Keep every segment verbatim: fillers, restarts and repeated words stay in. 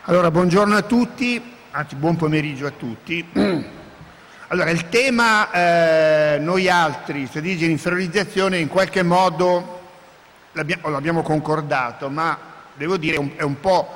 Allora, buongiorno a tutti, anzi buon pomeriggio a tutti. Allora, il tema eh, noi altri, strategia di inferiorizzazione, in qualche modo l'abbiamo, l'abbiamo concordato, ma devo dire è un, è un po',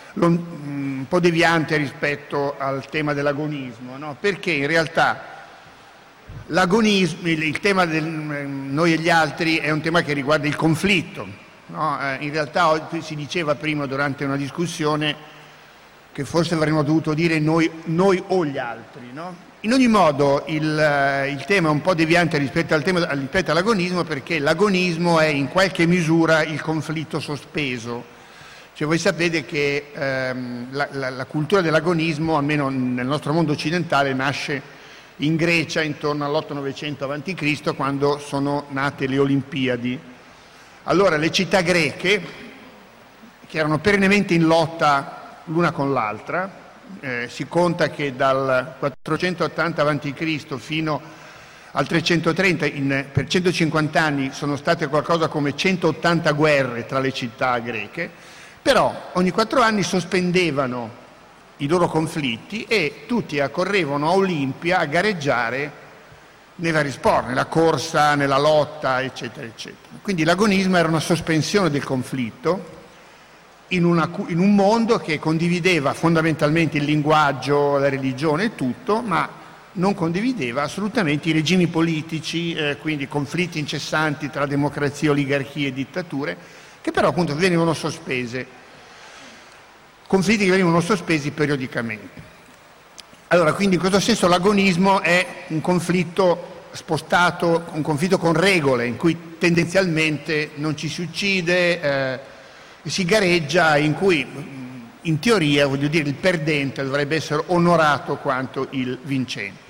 un po' deviante rispetto al tema dell'agonismo, no? Perché in realtà l'agonismo, il, il tema del noi e gli altri è un tema che riguarda il conflitto, no? Eh, in realtà oggi si diceva prima durante una discussione che forse avremmo dovuto dire noi, noi o gli altri, no? In ogni modo il, il tema è un po' deviante rispetto al tema, rispetto all'agonismo, perché l'agonismo è in qualche misura il conflitto sospeso. Cioè voi sapete che ehm, la, la, la cultura dell'agonismo, almeno nel nostro mondo occidentale, nasce in Grecia intorno all'otto novecento avanti Cristo, quando sono nate le Olimpiadi. Allora le città greche, che erano perennemente in lotta l'una con l'altra, eh, si conta che dal quattrocentottanta avanti Cristo fino al trecentotrenta, in, per centocinquanta anni sono state qualcosa come centottanta guerre tra le città greche, però ogni quattro anni sospendevano i loro conflitti e tutti accorrevano a Olimpia a gareggiare nei vari sport, nella corsa, nella lotta, eccetera, eccetera. Quindi l'agonismo era una sospensione del conflitto In, una, in un mondo che condivideva fondamentalmente il linguaggio, la religione e tutto, ma non condivideva assolutamente i regimi politici, eh, quindi conflitti incessanti tra democrazie, oligarchie e dittature, che però appunto venivano sospese, conflitti che venivano sospesi periodicamente. Allora, quindi in questo senso l'agonismo è un conflitto spostato, un conflitto con regole, in cui tendenzialmente non ci si uccide, eh, si gareggia, in cui in teoria, voglio dire, il perdente dovrebbe essere onorato quanto il vincente.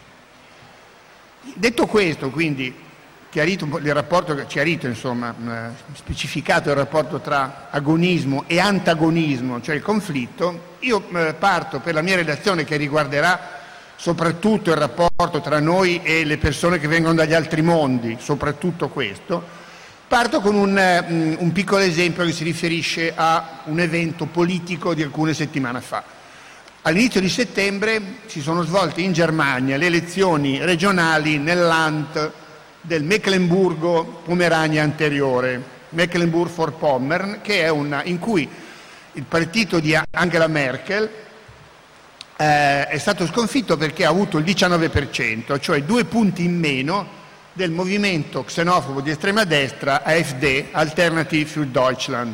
Detto questo, quindi chiarito il rapporto, chiarito insomma, specificato il rapporto tra agonismo e antagonismo, cioè il conflitto, io parto per la mia relazione, che riguarderà soprattutto il rapporto tra noi e le persone che vengono dagli altri mondi, soprattutto questo. Parto con un, un piccolo esempio che si riferisce a un evento politico di alcune settimane fa. All'inizio di settembre si sono svolte in Germania le elezioni regionali nel Land del Mecklenburgo-Pomerania anteriore, Mecklenburg-Vorpommern, che è una in cui il partito di Angela Merkel eh, è stato sconfitto perché ha avuto il diciannove per cento, cioè due punti in meno del movimento xenofobo di estrema destra A F D, Alternative für Deutschland.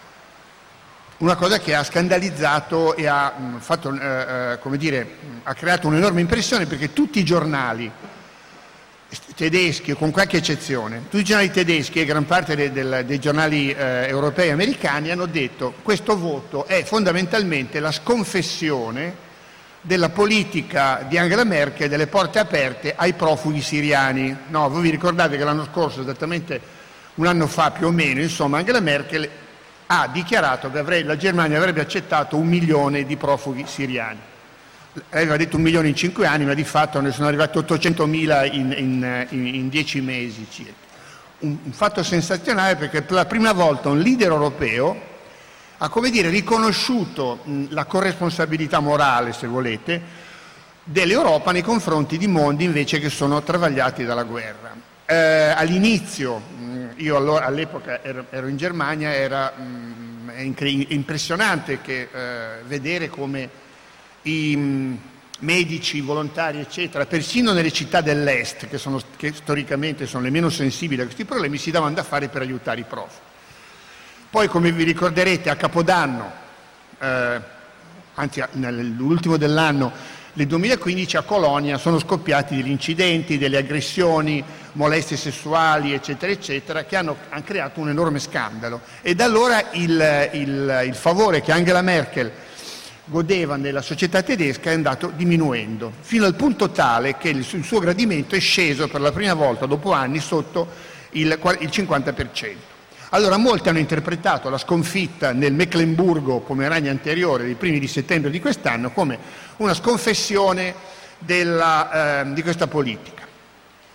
Una cosa che ha scandalizzato e ha mh, fatto, eh, eh, come dire, ha creato un'enorme impressione, perché tutti i giornali tedeschi, con qualche eccezione, tutti i giornali tedeschi e gran parte de, de, dei giornali eh, europei e americani hanno detto che questo voto è fondamentalmente la sconfessione della politica di Angela Merkel delle porte aperte ai profughi siriani. No, voi vi ricordate che l'anno scorso, esattamente un anno fa più o meno, insomma, Angela Merkel ha dichiarato che avrebbe, la Germania avrebbe accettato un milione di profughi siriani. Aveva detto un milione in cinque anni, ma di fatto ne sono arrivati ottocentomila in, in, in, in dieci mesi circa. Un, un fatto sensazionale, perché per la prima volta un leader europeo ha, come dire, riconosciuto mh, la corresponsabilità morale, se volete, dell'Europa nei confronti di mondi invece che sono travagliati dalla guerra. Eh, all'inizio, mh, io allora, all'epoca ero, ero in Germania, era mh, è incre- impressionante che, eh, vedere come i mh, medici, volontari, eccetera, persino nelle città dell'est, che, sono, che storicamente sono le meno sensibili a questi problemi, si davano da fare per aiutare i profughi. Poi, come vi ricorderete, a Capodanno, eh, anzi nell'ultimo dell'anno del duemilaquindici, a Colonia sono scoppiati degli incidenti, delle aggressioni, molestie sessuali, eccetera, eccetera, che hanno, hanno creato un enorme scandalo. E da allora il, il, il favore che Angela Merkel godeva nella società tedesca è andato diminuendo, fino al punto tale che il, il suo gradimento è sceso per la prima volta dopo anni sotto il, il cinquanta per cento. Allora, molti hanno interpretato la sconfitta nel Mecklenburgo-Pomerania anteriore dei primi di settembre di quest'anno come una sconfessione della, eh, di questa politica.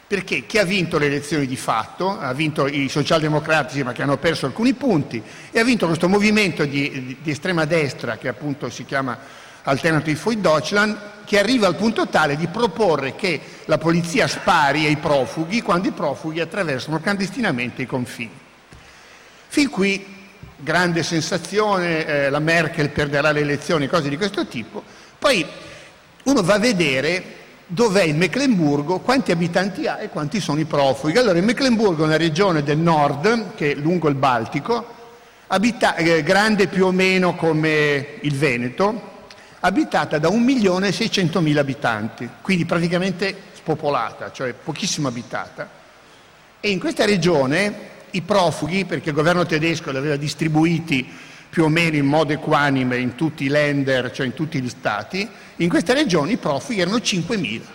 perché chi ha vinto le elezioni di fatto, ha vinto i socialdemocratici ma che hanno perso alcuni punti, e ha vinto questo movimento di, di, di estrema destra che appunto si chiama Alternative für Deutschland, che arriva al punto tale di proporre che la polizia spari ai profughi quando i profughi attraversano clandestinamente i confini. Fin qui grande sensazione, eh, la Merkel perderà le elezioni, cose di questo tipo. Poi uno va a vedere dov'è il Meclemburgo, quanti abitanti ha e quanti sono i profughi. Allora il Meclemburgo è una regione del nord, che è lungo il Baltico, abita- eh, grande più o meno come il Veneto, abitata da un milione e seicentomila abitanti, quindi praticamente spopolata, cioè pochissimo abitata. E in questa regione i profughi, perché il governo tedesco li aveva distribuiti più o meno in modo equanime in tutti i Länder, cioè in tutti gli stati, in questa regione i profughi erano cinquemila.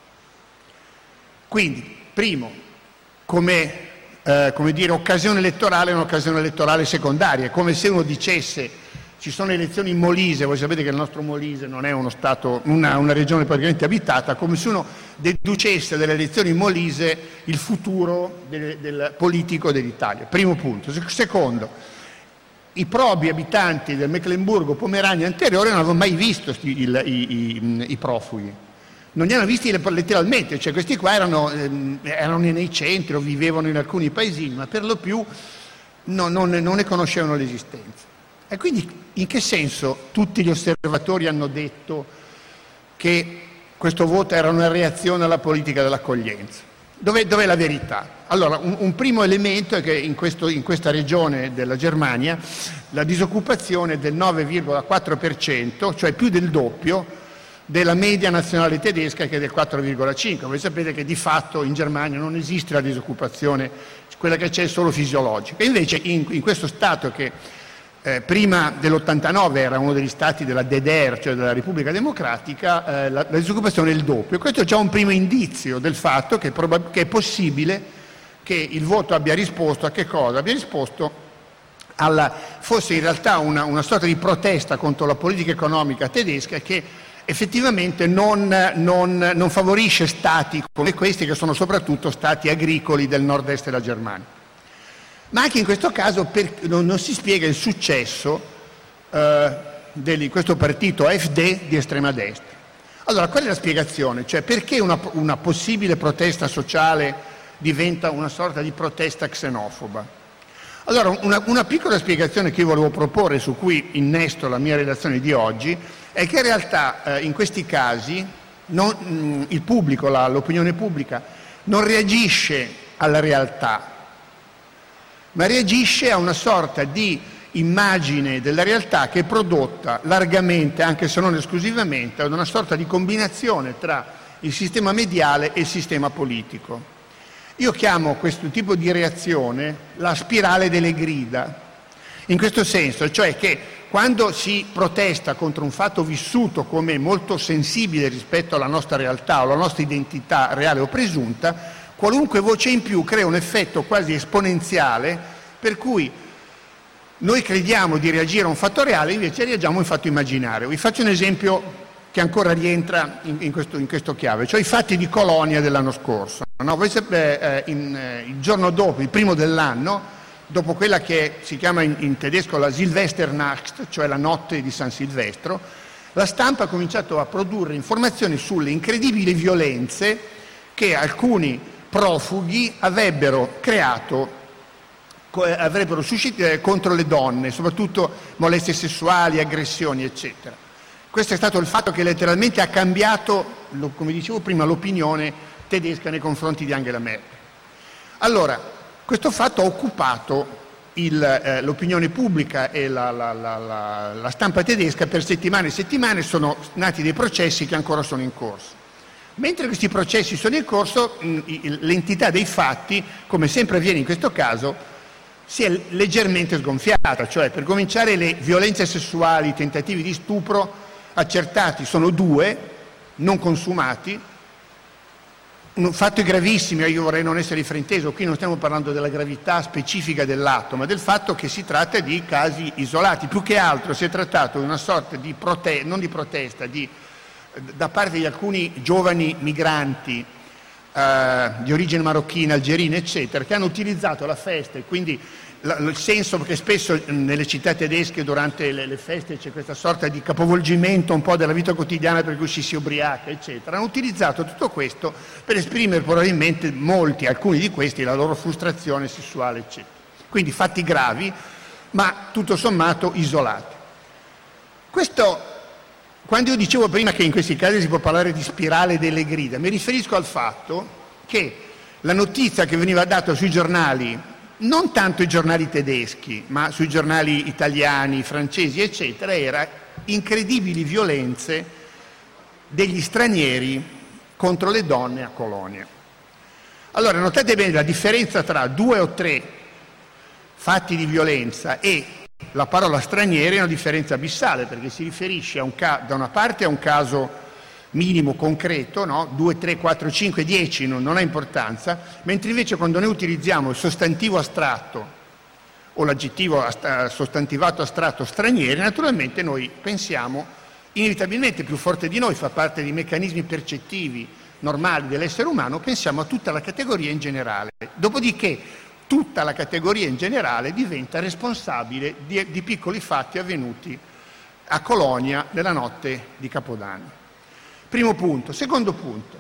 Quindi, primo, come, eh, come dire, occasione elettorale è un'occasione elettorale secondaria, è come se uno dicesse ci sono elezioni in Molise, voi sapete che il nostro Molise non è uno stato, una, una regione praticamente abitata, come se uno deducesse dalle elezioni in Molise il futuro del, del politico dell'Italia. Primo punto. Secondo, i probi abitanti del Meclemburgo-Pomerania anteriore non avevano mai visto sti, il, i, i, i profughi, non li hanno visti letteralmente, cioè questi qua erano, ehm, erano nei centri o vivevano in alcuni paesini, ma per lo più no, non, non ne conoscevano l'esistenza. E quindi in che senso tutti gli osservatori hanno detto che questo voto era una reazione alla politica dell'accoglienza? Dov'è, dov'è la verità? Allora, un, un primo elemento è che in, questo, in questa regione della Germania la disoccupazione è del nove virgola quattro per cento, cioè più del doppio della media nazionale tedesca che è del quattro virgola cinque. Voi sapete che di fatto in Germania non esiste la disoccupazione, quella che c'è è solo fisiologica. Invece in, in questo Stato che Eh, prima dell'ottantanove era uno degli stati della D D R, cioè della Repubblica Democratica, eh, la, la disoccupazione è il doppio. Questo è già un primo indizio del fatto che, probab- che è possibile che il voto abbia risposto a che cosa? Abbia risposto alla, fosse in realtà una, una sorta di protesta contro la politica economica tedesca che effettivamente non, non, non favorisce stati come questi, che sono soprattutto stati agricoli del nord-est della Germania. Ma anche in questo caso per, non, non si spiega il successo eh, di questo partito A F D di estrema destra. Allora, qual è la spiegazione? Cioè, perché una, una possibile protesta sociale diventa una sorta di protesta xenofoba? Allora, una, una piccola spiegazione che io volevo proporre, su cui innesto la mia relazione di oggi, è che in realtà eh, in questi casi non, mh, il pubblico, la, l'opinione pubblica, non reagisce alla realtà, ma reagisce a una sorta di immagine della realtà che è prodotta largamente, anche se non esclusivamente, da una sorta di combinazione tra il sistema mediale e il sistema politico. Io chiamo questo tipo di reazione la spirale delle grida, in questo senso, cioè che quando si protesta contro un fatto vissuto come molto sensibile rispetto alla nostra realtà o alla nostra identità reale o presunta, qualunque voce in più crea un effetto quasi esponenziale per cui noi crediamo di reagire a un fatto reale, invece reagiamo a un fatto immaginario. Vi faccio un esempio che ancora rientra in, in, questo, in questo chiave, cioè i fatti di Colonia dell'anno scorso. No? Voi sapete, eh, in, eh, il giorno dopo, il primo dell'anno, dopo quella che si chiama in, in tedesco la Silvesternacht, cioè la notte di San Silvestro, la stampa ha cominciato a produrre informazioni sulle incredibili violenze che alcuni profughi avrebbero creato, avrebbero suscitato contro le donne, soprattutto molestie sessuali, aggressioni, eccetera. Questo è stato il fatto che letteralmente ha cambiato, come dicevo prima, l'opinione tedesca nei confronti di Angela Merkel. Allora, questo fatto ha occupato il, eh, l'opinione pubblica e la, la, la, la, la stampa tedesca per settimane e settimane, sono nati dei processi che ancora sono in corso. Mentre questi processi sono in corso, l'entità dei fatti, come sempre avviene in questo caso, si è leggermente sgonfiata, cioè per cominciare le violenze sessuali, i tentativi di stupro accertati sono due, non consumati, fatti gravissimi. Io vorrei non essere frainteso, qui non stiamo parlando della gravità specifica dell'atto, ma del fatto che si tratta di casi isolati. Più che altro si è trattato di una sorta di protesta, non di protesta, di da parte di alcuni giovani migranti eh, di origine marocchina, algerina, eccetera, che hanno utilizzato la festa e quindi la, il senso, perché spesso nelle città tedesche durante le, le feste c'è questa sorta di capovolgimento un po' della vita quotidiana per cui ci si ubriaca, eccetera, hanno utilizzato tutto questo per esprimere probabilmente molti, alcuni di questi, la loro frustrazione sessuale, eccetera. Quindi fatti gravi, ma tutto sommato isolati. Questo, quando io dicevo prima che in questi casi si può parlare di spirale delle grida, mi riferisco al fatto che la notizia che veniva data sui giornali, non tanto i giornali tedeschi, ma sui giornali italiani, francesi, eccetera, era incredibili violenze degli stranieri contro le donne a Colonia. Allora, notate bene la differenza tra due o tre fatti di violenza e la parola stranieri è una differenza abissale, perché si riferisce a un ca- da una parte a un caso minimo concreto, no? due, tre, quattro, cinque, dieci non, non ha importanza, mentre invece quando noi utilizziamo il sostantivo astratto o l'aggettivo ast- sostantivato astratto stranieri, naturalmente noi pensiamo inevitabilmente, più forte di noi, fa parte dei meccanismi percettivi normali dell'essere umano, pensiamo a tutta la categoria in generale. Dopodiché tutta la categoria in generale diventa responsabile di, di piccoli fatti avvenuti a Colonia nella notte di Capodanno. Primo punto. Secondo punto,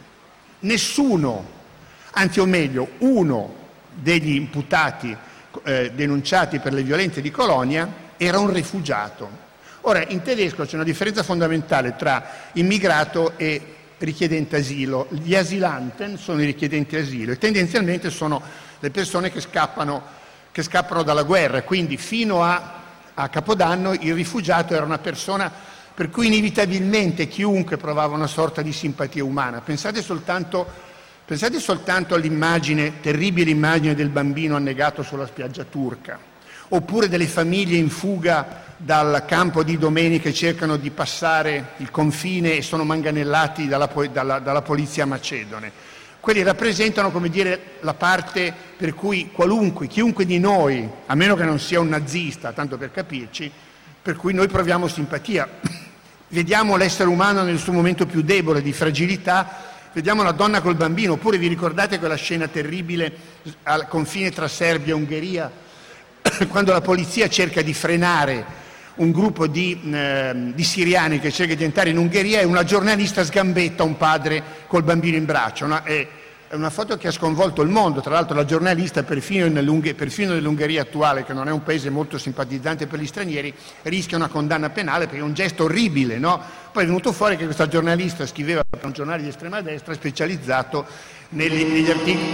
nessuno, anzi o meglio uno degli imputati eh, denunciati per le violenze di Colonia era un rifugiato. Ora, in tedesco c'è una differenza fondamentale tra immigrato e richiedente asilo. Gli asilanten sono i richiedenti asilo e tendenzialmente sono le persone che scappano, che scappano dalla guerra, quindi fino a, a Capodanno il rifugiato era una persona per cui inevitabilmente chiunque provava una sorta di simpatia umana. Pensate soltanto, pensate soltanto all'immagine, terribile immagine del bambino annegato sulla spiaggia turca, oppure delle famiglie in fuga dal campo di Domeni che cercano di passare il confine e sono manganellati dalla, dalla, dalla polizia macedone. Quelli rappresentano, come dire, la parte per cui qualunque, chiunque di noi, a meno che non sia un nazista, tanto per capirci, per cui noi proviamo simpatia. Vediamo l'essere umano nel suo momento più debole, di fragilità, vediamo la donna col bambino, oppure vi ricordate quella scena terribile al confine tra Serbia e Ungheria, quando la polizia cerca di frenare un gruppo di, eh, di siriani che cerca di entrare in Ungheria e una giornalista sgambetta un padre col bambino in braccio. Una, è, è una foto che ha sconvolto il mondo, tra l'altro la giornalista, perfino, perfino nell'Ungheria attuale, che non è un paese molto simpatizzante per gli stranieri, rischia una condanna penale perché è un gesto orribile, no? Poi è venuto fuori che questa giornalista scriveva per un giornale di estrema destra specializzato negli, negli, articoli,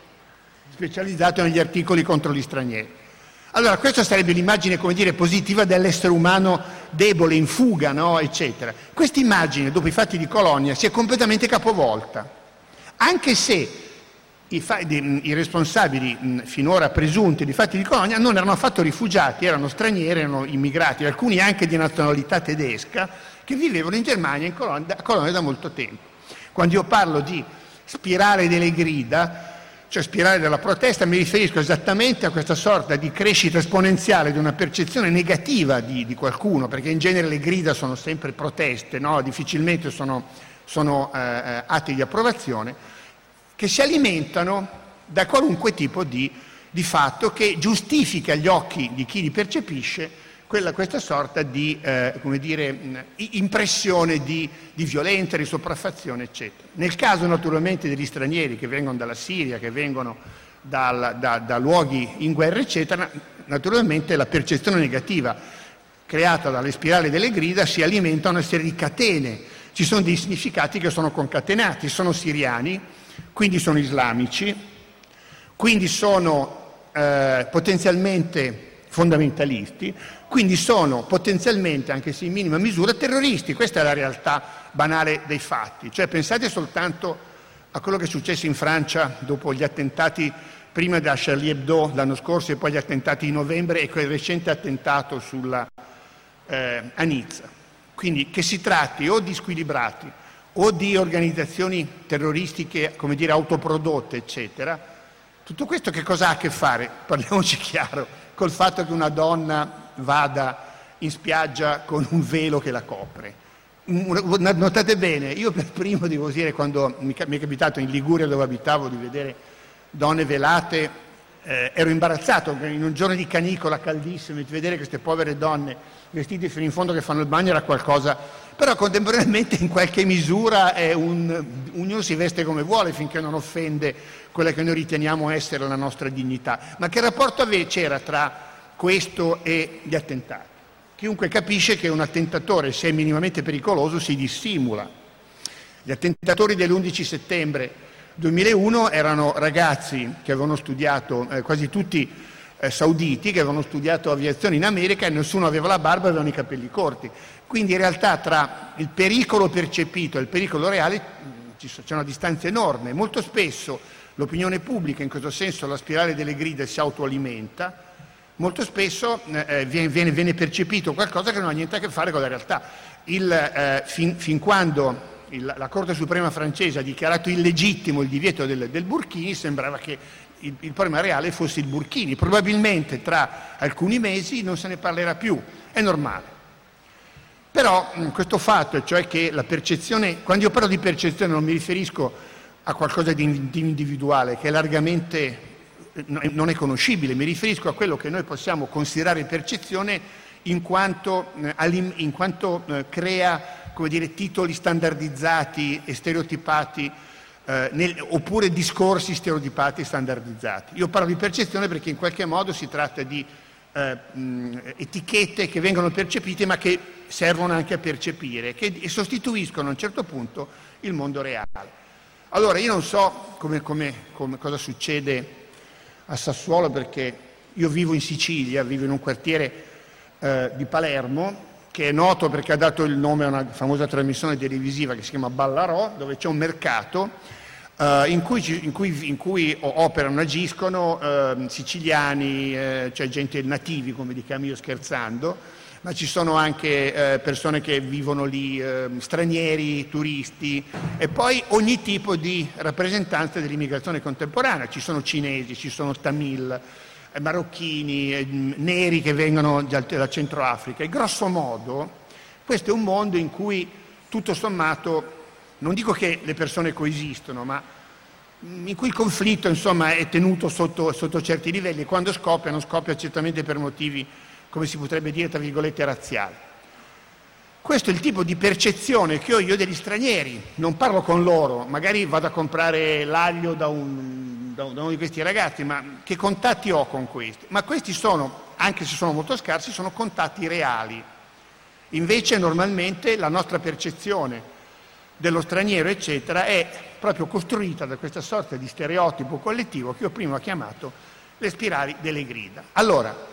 specializzato negli articoli contro gli stranieri. Allora, questa sarebbe l'immagine, come dire, positiva dell'essere umano debole, in fuga, no? Eccetera. Questa immagine, dopo i fatti di Colonia, si è completamente capovolta, anche se i, fa- i responsabili mh, finora presunti dei fatti di Colonia non erano affatto rifugiati, erano stranieri, erano immigrati, alcuni anche di nazionalità tedesca, che vivevano in Germania, in Colonia, a Colonia da molto tempo. Quando io parlo di spirale delle grida, cioè spirale della protesta, mi riferisco esattamente a questa sorta di crescita esponenziale di una percezione negativa di, di qualcuno, perché in genere le grida sono sempre proteste, no? Difficilmente sono, sono eh, atti di approvazione, che si alimentano da qualunque tipo di, di fatto che giustifica agli occhi di chi li percepisce quella, questa sorta di eh, come dire, impressione di, di violenza, di sopraffazione, eccetera. Nel caso naturalmente degli stranieri che vengono dalla Siria, che vengono dal, da, da luoghi in guerra, eccetera, naturalmente la percezione negativa creata dalle spirali delle grida si alimenta una serie di catene. Ci sono dei significati che sono concatenati, sono siriani, quindi sono islamici, quindi sono eh, potenzialmente fondamentalisti, quindi sono potenzialmente, anche se in minima misura, terroristi. Questa è la realtà banale dei fatti. Cioè, pensate soltanto a quello che è successo in Francia dopo gli attentati, prima da Charlie Hebdo l'anno scorso e poi gli attentati di novembre e quel recente attentato sulla, eh, a Nizza. Quindi che si tratti o di squilibrati o di organizzazioni terroristiche, come dire, autoprodotte, eccetera, tutto questo che cosa ha a che fare, parliamoci chiaro, col fatto che una donna vada in spiaggia con un velo che la copre? Notate bene, io per primo devo dire, quando mi è capitato in Liguria dove abitavo di vedere donne velate, eh, ero imbarazzato, in un giorno di canicola caldissimo, di vedere queste povere donne vestite fino in fondo che fanno il bagno era qualcosa, però contemporaneamente in qualche misura è un, ognuno si veste come vuole finché non offende quella che noi riteniamo essere la nostra dignità. Ma che rapporto c'era tra questo e gli attentati? Chiunque capisce che un attentatore, se è minimamente pericoloso, si dissimula. Gli attentatori dell'undici settembre duemilauno erano ragazzi che avevano studiato, eh, quasi tutti eh, sauditi, che avevano studiato aviazione in America e nessuno aveva la barba e avevano i capelli corti. Quindi in realtà tra il pericolo percepito e il pericolo reale c'è una distanza enorme. Molto spesso l'opinione pubblica, in questo senso la spirale delle grida, si autoalimenta. Molto spesso eh, viene, viene percepito qualcosa che non ha niente a che fare con la realtà. Il, eh, fin, fin quando il, la Corte Suprema francese ha dichiarato illegittimo il divieto del, del burkini, sembrava che il, il problema reale fosse il burkini. Probabilmente tra alcuni mesi non se ne parlerà più, è normale. Però mh, questo fatto, cioè che la percezione, quando io parlo di percezione non mi riferisco a qualcosa di, di individuale, che è largamente non è conoscibile, mi riferisco a quello che noi possiamo considerare percezione in quanto, eh, in quanto eh, crea, come dire, titoli standardizzati e stereotipati eh, nel, oppure discorsi stereotipati e standardizzati. Io parlo di percezione perché in qualche modo si tratta di eh, mh, etichette che vengono percepite ma che servono anche a percepire che, e sostituiscono a un certo punto il mondo reale. Allora io non so come, come, come, cosa succede a Sassuolo, perché io vivo in Sicilia, vivo in un quartiere eh, di Palermo che è noto perché ha dato il nome a una famosa trasmissione televisiva che si chiama Ballarò, dove c'è un mercato eh, in, cui, in, cui, in cui operano, agiscono eh, siciliani, eh, cioè gente nativi, come li chiamo io scherzando, ma ci sono anche eh, persone che vivono lì, eh, stranieri, turisti, e poi ogni tipo di rappresentanza dell'immigrazione contemporanea. Ci sono cinesi, ci sono tamil, eh, marocchini, eh, neri che vengono dal, dal Centro Africa. E grosso modo questo è un mondo in cui tutto sommato, non dico che le persone coesistono, ma in cui il conflitto insomma è tenuto sotto, sotto certi livelli, e quando scoppia non scoppia certamente per motivi, come si potrebbe dire, tra virgolette, razziali. Questo è il tipo di percezione che ho io degli stranieri. Non parlo con loro, magari vado a comprare l'aglio da, un, da uno di questi ragazzi, ma che contatti ho con questi? Ma questi sono, anche se sono molto scarsi, sono contatti reali. Invece normalmente la nostra percezione dello straniero, eccetera, è proprio costruita da questa sorta di stereotipo collettivo che io prima ho chiamato le spirali delle grida. Allora,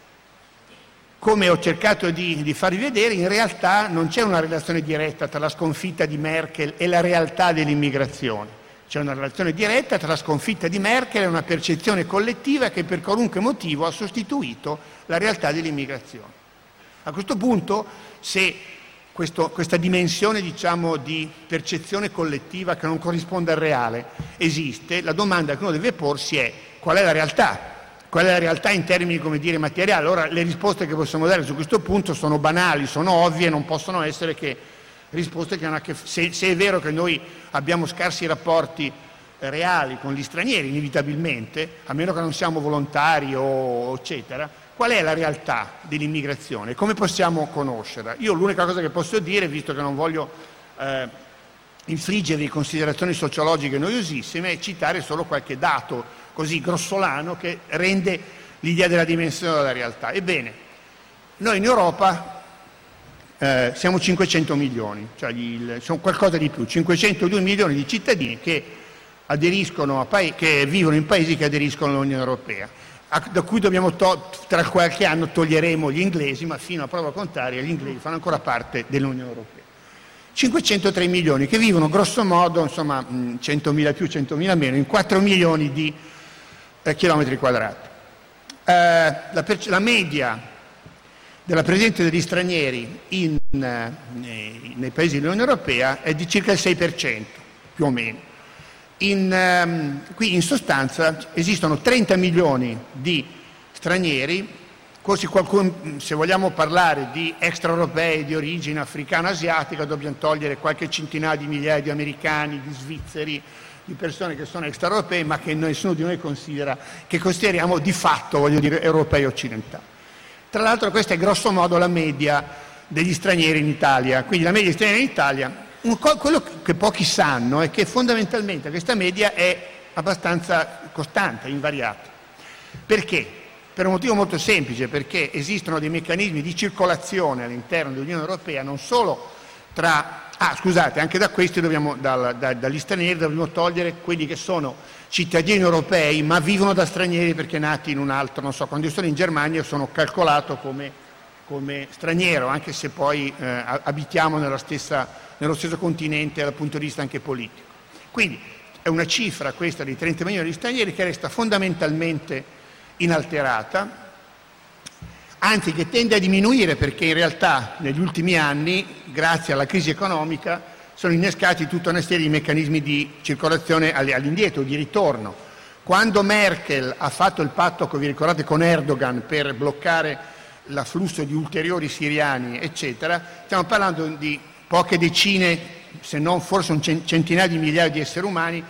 come ho cercato di, di farvi vedere, in realtà non c'è una relazione diretta tra la sconfitta di Merkel e la realtà dell'immigrazione. C'è una relazione diretta tra la sconfitta di Merkel e una percezione collettiva che per qualunque motivo ha sostituito la realtà dell'immigrazione. A questo punto, se questo, questa dimensione, diciamo, di percezione collettiva che non corrisponde al reale esiste, la domanda che uno deve porsi è: qual è la realtà? Qual è la realtà in termini, come dire, materiali? Allora, le risposte che possiamo dare su questo punto sono banali, sono ovvie, non possono essere che risposte che hanno a che se, se è vero che noi abbiamo scarsi rapporti eh, reali con gli stranieri, inevitabilmente, a meno che non siamo volontari o eccetera, qual è la realtà dell'immigrazione? Come possiamo conoscerla? Io l'unica cosa che posso dire, visto che non voglio eh, infliggervi considerazioni sociologiche noiosissime, è citare solo qualche dato così grossolano che rende l'idea della dimensione della realtà. Ebbene, noi in Europa eh, siamo cinquecento milioni, cioè gli, sono qualcosa di più, cinquecentodue milioni di cittadini che aderiscono a pa- che vivono in paesi che aderiscono all'Unione Europea, a, da cui dobbiamo to- tra qualche anno toglieremo gli inglesi, ma fino a prova contraria gli inglesi fanno ancora parte dell'Unione Europea. cinquecentotré milioni che vivono grosso modo, insomma, centomila più, centomila meno, in quattro milioni di eh, chilometri quadrati. Eh, la, perce- la media della presenza degli stranieri in, eh, nei, nei paesi dell'Unione Europea è di circa il sei per cento, più o meno. In, ehm, qui in sostanza esistono trenta milioni di stranieri Così qualcuno, se vogliamo parlare di extraeuropei di origine africana asiatica, dobbiamo togliere qualche centinaia di migliaia di americani, di svizzeri, di persone che sono extraeuropei, ma che nessuno di noi considera, che consideriamo di fatto, voglio dire, europei occidentali. Tra l'altro questa è grosso modo la media degli stranieri in Italia. Quindi la media degli stranieri in Italia, quello che pochi sanno è che fondamentalmente questa media è abbastanza costante, invariata. Perché? Per un motivo molto semplice, perché esistono dei meccanismi di circolazione all'interno dell'Unione Europea, non solo tra... Ah, scusate, anche da questi dobbiamo, dal, da, dagli stranieri dobbiamo togliere quelli che sono cittadini europei, ma vivono da stranieri perché nati in un altro, non so, quando io sono in Germania sono calcolato come, come straniero, anche se poi eh, abitiamo nella stessa, nello stesso continente dal punto di vista anche politico. Quindi è una cifra questa di trenta milioni di stranieri che resta fondamentalmente inalterata, anzi che tende a diminuire perché in realtà negli ultimi anni, grazie alla crisi economica, sono innescati tutta una serie di meccanismi di circolazione all'indietro, di ritorno. Quando Merkel ha fatto il patto, vi ricordate, con Erdogan per bloccare l'afflusso di ulteriori siriani, eccetera, stiamo parlando di poche decine, se non forse un centinaio di migliaia di esseri umani,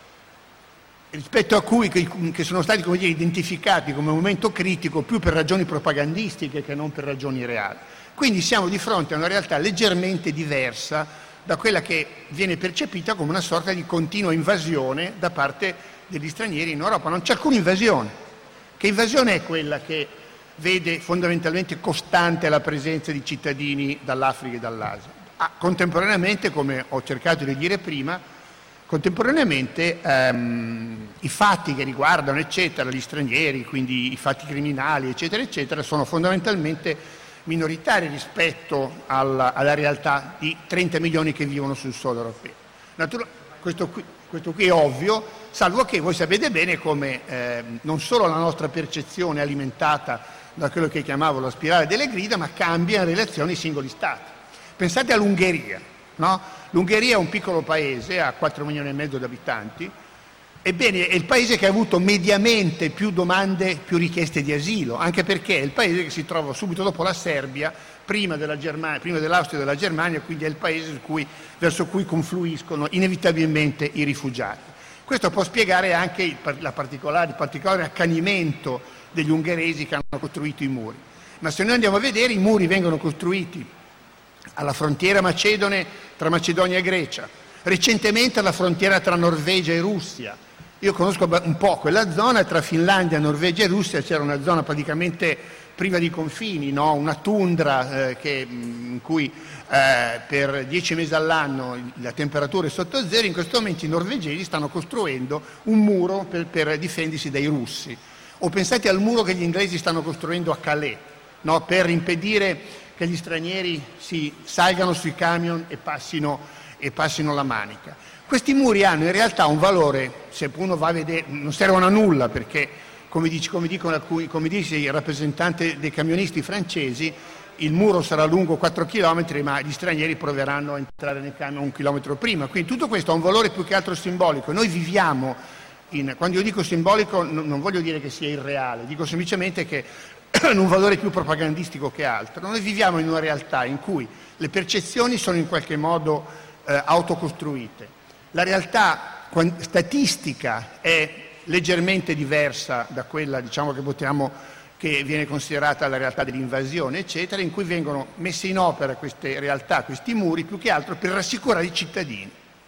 rispetto a cui che sono stati, come dire, identificati come momento critico più per ragioni propagandistiche che non per ragioni reali. Quindi siamo di fronte a una realtà leggermente diversa da quella che viene percepita come una sorta di continua invasione da parte degli stranieri in Europa. Non c'è alcuna invasione. Che invasione è quella che vede fondamentalmente costante la presenza di cittadini dall'Africa e dall'Asia? Ah, contemporaneamente, come ho cercato di dire prima, Contemporaneamente ehm, i fatti che riguardano eccetera, gli stranieri, quindi i fatti criminali eccetera eccetera, sono fondamentalmente minoritari rispetto alla, alla realtà di trenta milioni che vivono sul suolo europeo. Natura- questo, qui, questo qui è ovvio, salvo che voi sapete bene come eh, non solo la nostra percezione è alimentata da quello che chiamavo la spirale delle grida, ma cambia in relazione ai singoli stati. Pensate all'Ungheria, no? L'Ungheria è un piccolo paese, ha quattro milioni e mezzo di abitanti, ebbene è il paese che ha avuto mediamente più domande, più richieste di asilo, anche perché è il paese che si trova subito dopo la Serbia, prima della Germania, prima dell'Austria e della Germania, quindi è il paese cui, verso cui confluiscono inevitabilmente i rifugiati. Questo può spiegare anche il, la particolare, il particolare accanimento degli ungheresi che hanno costruito i muri. Ma se noi andiamo a vedere, i muri vengono costruiti alla frontiera macedone tra Macedonia e Grecia, recentemente alla frontiera tra Norvegia e Russia. Io conosco un po' quella zona, tra Finlandia, Norvegia e Russia c'era una zona praticamente priva di confini, no? Una tundra eh, che, in cui eh, per dieci mesi all'anno la temperatura è sotto zero. In questo momento i norvegesi stanno costruendo un muro per, per difendersi dai russi. O pensate al muro che gli inglesi stanno costruendo a Calais, no? Per impedire che gli stranieri si salgano sui camion e passino, e passino la manica. Questi muri hanno in realtà un valore, se uno va a vedere, non servono a nulla perché, come dice, come dicono alcuni, come dice il rappresentante dei camionisti francesi, il muro sarà lungo quattro chilometri, ma gli stranieri proveranno a entrare nel camion un chilometro prima. Quindi tutto questo ha un valore più che altro simbolico. Noi viviamo, in, quando io dico simbolico non, non voglio dire che sia irreale, dico semplicemente che un valore più propagandistico che altro. Noi viviamo in una realtà in cui le percezioni sono in qualche modo eh, autocostruite. La realtà statistica è leggermente diversa da quella, diciamo, che votiamo, che viene considerata la realtà dell'invasione, eccetera, in cui vengono messe in opera queste realtà, questi muri, più che altro per rassicurare i cittadini.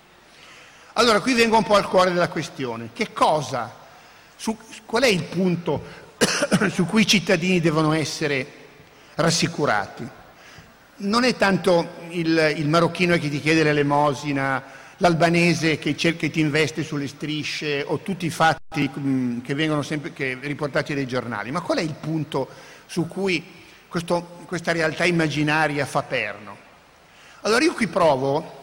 Allora, qui vengo un po' al cuore della questione. Che cosa, su, qual è il punto su cui i cittadini devono essere rassicurati? Non è tanto il, il marocchino che ti chiede l'elemosina, l'albanese che, che ti investe sulle strisce o tutti i fatti mh, che vengono sempre che, riportati dai giornali, ma qual è il punto su cui questo, questa realtà immaginaria fa perno? Allora io qui provo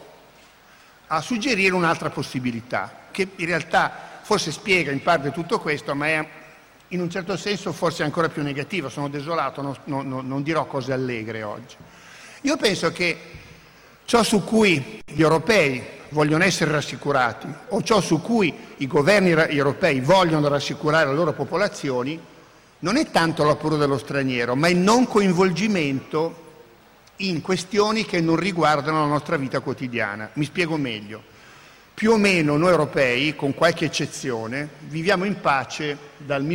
a suggerire un'altra possibilità, che in realtà forse spiega in parte tutto questo, ma è in un certo senso forse ancora più negativa. Sono desolato, non, non, non dirò cose allegre oggi. Io penso che ciò su cui gli europei vogliono essere rassicurati o ciò su cui i governi europei vogliono rassicurare le loro popolazioni non è tanto la paura dello straniero, ma il non coinvolgimento in questioni che non riguardano la nostra vita quotidiana. Mi spiego meglio. Più o meno noi europei, con qualche eccezione, viviamo in pace dal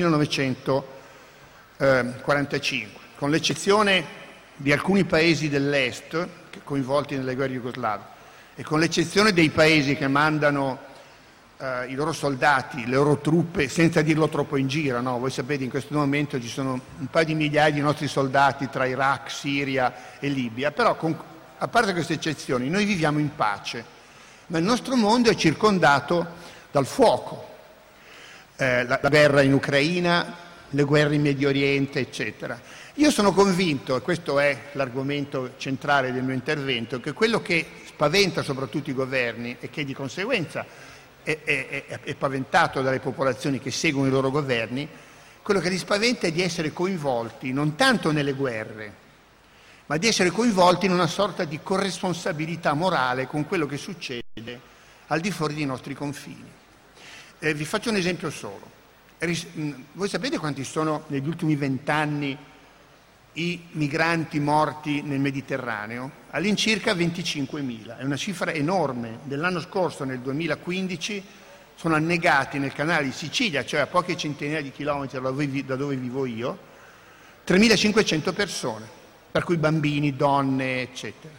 millenovecentoquarantacinque, con l'eccezione di alcuni paesi dell'est coinvolti nelle guerre jugoslave e con l'eccezione dei paesi che mandano eh, i loro soldati, le loro truppe, senza dirlo troppo in giro, no? Voi sapete in questo momento ci sono un paio di migliaia di nostri soldati tra Iraq, Siria e Libia, però con, a parte queste eccezioni noi viviamo in pace. Ma il nostro mondo è circondato dal fuoco, eh, la, la guerra in Ucraina, le guerre in Medio Oriente, eccetera. Io sono convinto, e questo è l'argomento centrale del mio intervento, che quello che spaventa soprattutto i governi e che di conseguenza è, è, è, è paventato dalle popolazioni che seguono i loro governi, quello che li spaventa è di essere coinvolti non tanto nelle guerre, ma di essere coinvolti in una sorta di corresponsabilità morale con quello che succede al di fuori dei nostri confini. Eh, vi faccio un esempio solo. Voi sapete quanti sono negli ultimi vent'anni i migranti morti nel Mediterraneo? All'incirca venticinquemila, è una cifra enorme. Dell'anno scorso, nel duemilaquindici, sono annegati nel canale di Sicilia, cioè a poche centinaia di chilometri da dove, da dove vivo io, tremilacinquecento persone. Per cui bambini, donne, eccetera.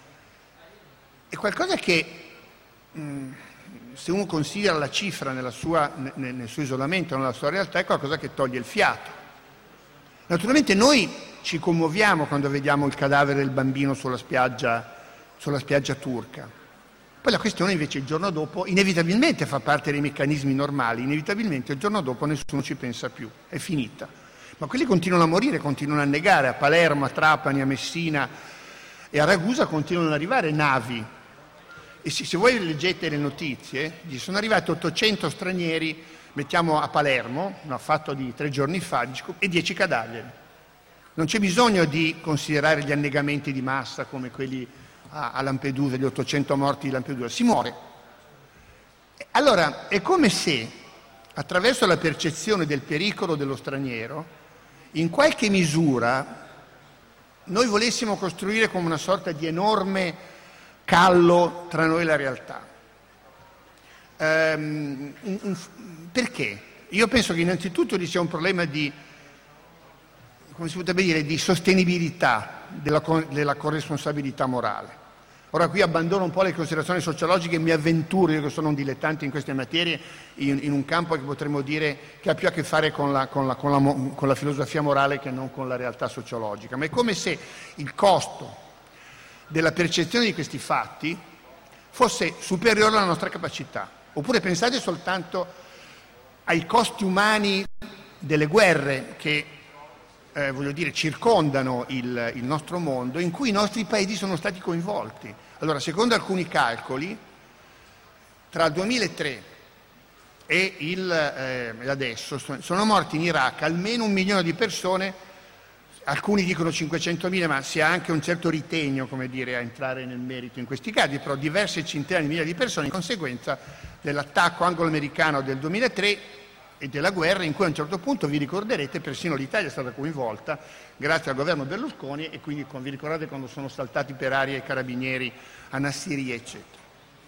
È qualcosa che, mh, se uno considera la cifra nella sua, nel, nel suo isolamento, nella sua realtà, è qualcosa che toglie il fiato. Naturalmente noi ci commuoviamo quando vediamo il cadavere del bambino sulla spiaggia, sulla spiaggia turca. Poi la questione invece il giorno dopo, inevitabilmente fa parte dei meccanismi normali, inevitabilmente il giorno dopo nessuno ci pensa più, è finita. Ma quelli continuano a morire, continuano a annegare, a Palermo, a Trapani, a Messina e a Ragusa continuano ad arrivare navi. E se, se voi leggete le notizie, gli sono arrivati ottocento stranieri, mettiamo a Palermo, un fatto di tre giorni fa, e dieci cadaveri. Non c'è bisogno di considerare gli annegamenti di massa come quelli a, a Lampedusa, gli ottocento morti di Lampedusa, si muore. Allora, è come se, attraverso la percezione del pericolo dello straniero, in qualche misura noi volessimo costruire come una sorta di enorme callo tra noi e la realtà. Ehm, in, in, perché? Io penso che innanzitutto vi sia un problema di, come si potrebbe dire, di sostenibilità della, della corresponsabilità morale. Ora qui abbandono un po' le considerazioni sociologiche e mi avventuro, io che sono un dilettante in queste materie, in, in un campo che potremmo dire che ha più a che fare con la, con, la, con, la, con la filosofia morale che non con la realtà sociologica. Ma è come se il costo della percezione di questi fatti fosse superiore alla nostra capacità. Oppure pensate soltanto ai costi umani delle guerre che Eh, voglio dire, circondano il, il nostro mondo, in cui i nostri paesi sono stati coinvolti. Allora, secondo alcuni calcoli, tra il duemilatré e il, eh, adesso sono morti in Iraq almeno un milione di persone, alcuni dicono cinquecentomila, ma si ha anche un certo ritegno, come dire, a entrare nel merito in questi casi, però diverse centinaia di migliaia di persone in conseguenza dell'attacco anglo-americano del duemilatré e della guerra, in cui a un certo punto, vi ricorderete, persino l'Italia è stata coinvolta grazie al governo Berlusconi, e quindi vi ricordate quando sono saltati per aria i carabinieri a Nassiriya, eccetera.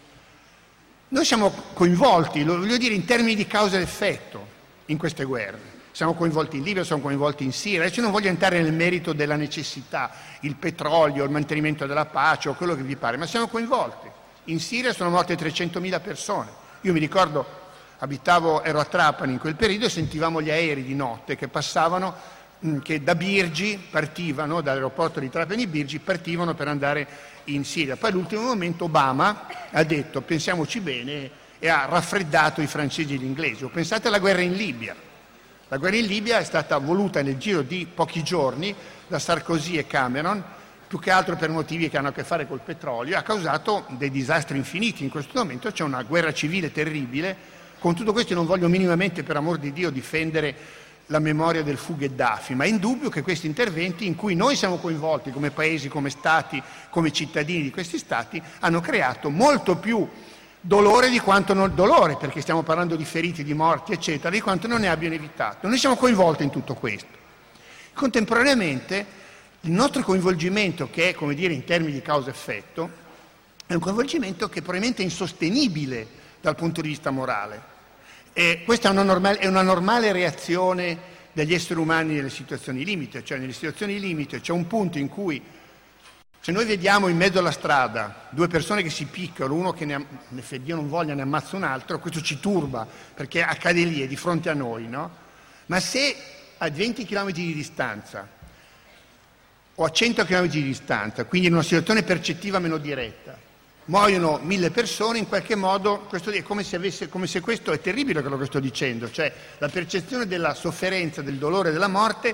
Noi siamo coinvolti, lo voglio dire, in termini di causa ed effetto in queste guerre. Siamo coinvolti in Libia, siamo coinvolti in Siria. Adesso non voglio entrare nel merito della necessità, il petrolio, il mantenimento della pace o quello che vi pare, ma siamo coinvolti. In Siria sono morte trecentomila persone. Io mi ricordo, abitavo, ero a Trapani in quel periodo e sentivamo gli aerei di notte che passavano, mh, che da Birgi partivano, dall'aeroporto di Trapani Birgi, partivano per andare in Siria. Poi all'ultimo momento Obama ha detto pensiamoci bene e ha raffreddato i francesi e gli inglesi. O pensate alla guerra in Libia. La guerra in Libia è stata voluta nel giro di pochi giorni da Sarkozy e Cameron, più che altro per motivi che hanno a che fare col petrolio, ha causato dei disastri infiniti. In questo momento c'è una guerra civile terribile. Con tutto questo non voglio minimamente, per amor di Dio, difendere la memoria del fu Gheddafi, ma è indubbio che questi interventi, in cui noi siamo coinvolti come paesi, come stati, come cittadini di questi stati, hanno creato molto più dolore di quanto non dolore, perché stiamo parlando di feriti, di morti, eccetera, di quanto non ne abbiano evitato. Noi siamo coinvolti in tutto questo. Contemporaneamente il nostro coinvolgimento, che è, come dire, in termini di causa-effetto, è un coinvolgimento che probabilmente è insostenibile dal punto di vista morale. E questa è una normale, è una normale reazione degli esseri umani nelle situazioni limite, cioè nelle situazioni limite c'è un punto in cui, se noi vediamo in mezzo alla strada due persone che si piccano, uno che ne, ne Dio non voglia ne ammazza un altro, questo ci turba perché accade lì, è di fronte a noi, no? Ma se a venti chilometri di distanza o a cento chilometri di distanza, quindi in una situazione percettiva meno diretta, muoiono mille persone, in qualche modo questo è come se, avesse, come se questo è terribile quello che sto dicendo, cioè la percezione della sofferenza, del dolore, della morte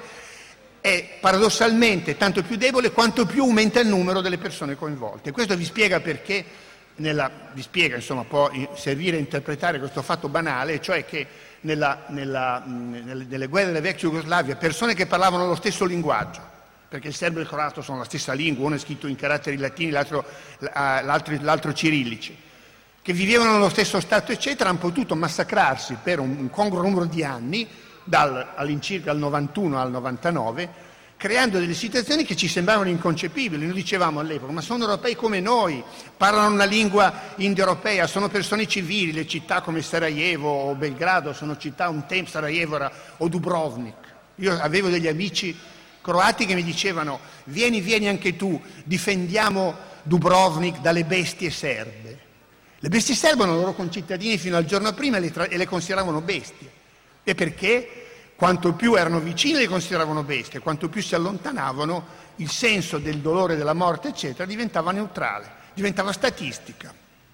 è paradossalmente tanto più debole quanto più aumenta il numero delle persone coinvolte. Questo vi spiega perché, nella, vi spiega, insomma, può servire a interpretare questo fatto banale, cioè che nella, nella, nelle, nelle guerre della vecchia Jugoslavia persone che parlavano lo stesso linguaggio, perché il serbo e il croato sono la stessa lingua, uno è scritto in caratteri latini, l'altro, l'altro, l'altro cirillici, che vivevano nello stesso stato, eccetera, hanno potuto massacrarsi per un, un congruo numero di anni, dal, all'incirca al novantuno al novantanove, creando delle situazioni che ci sembravano inconcepibili. Noi dicevamo all'epoca, ma sono europei come noi, parlano una lingua indoeuropea, sono persone civili, le città come Sarajevo o Belgrado sono città, un tempo Sarajevo era, o Dubrovnik. Io avevo degli amici croati che mi dicevano, vieni, vieni anche tu, difendiamo Dubrovnik dalle bestie serbe. Le bestie serbe erano loro concittadini fino al giorno prima e le, tra- e le consideravano bestie. E perché? Quanto più erano vicini le consideravano bestie, quanto più si allontanavano il senso del dolore, della morte, eccetera, diventava neutrale, diventava statistica.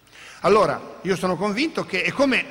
Allora, io sono convinto che, è come